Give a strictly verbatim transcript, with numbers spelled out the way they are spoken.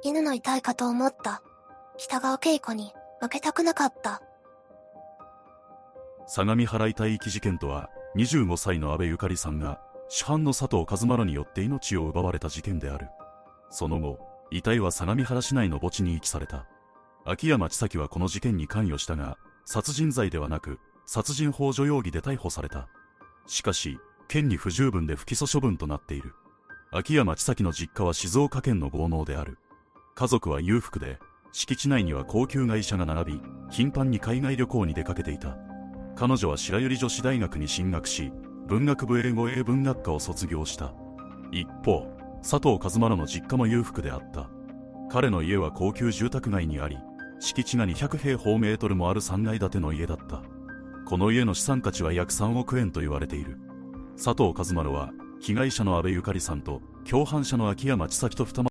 犬の遺体かと思った。北川景子に負けたくなかった。 相模原遺体遺棄事件とは、にじゅうごさいの安倍ゆかりさんが主犯の佐藤一麿によって命を奪われた事件である。その後、遺体は相模原市内の墓地に遺棄された。秋山千咲はこの事件に関与したが、殺人罪ではなく殺人幇助容疑で逮捕された。しかし、嫌疑不十分で不起訴処分となっている。秋山千咲の実家は静岡県の豪農である。家族は裕福で、敷地内には高級外車が並び、頻繁に海外旅行に出かけていた。彼女は白百合女子大学に進学し、文学部英語英文学科を卒業した。一方、佐藤一麿の実家も裕福であった。彼の家は高級住宅街にあり、敷地がにひゃくへいほうメートルもあるさんがい建ての家だった。この家の資産価値は約さんおくえんと言われている。佐藤一麿は、被害者の安倍ゆかりさんと共犯者の秋山千咲と二股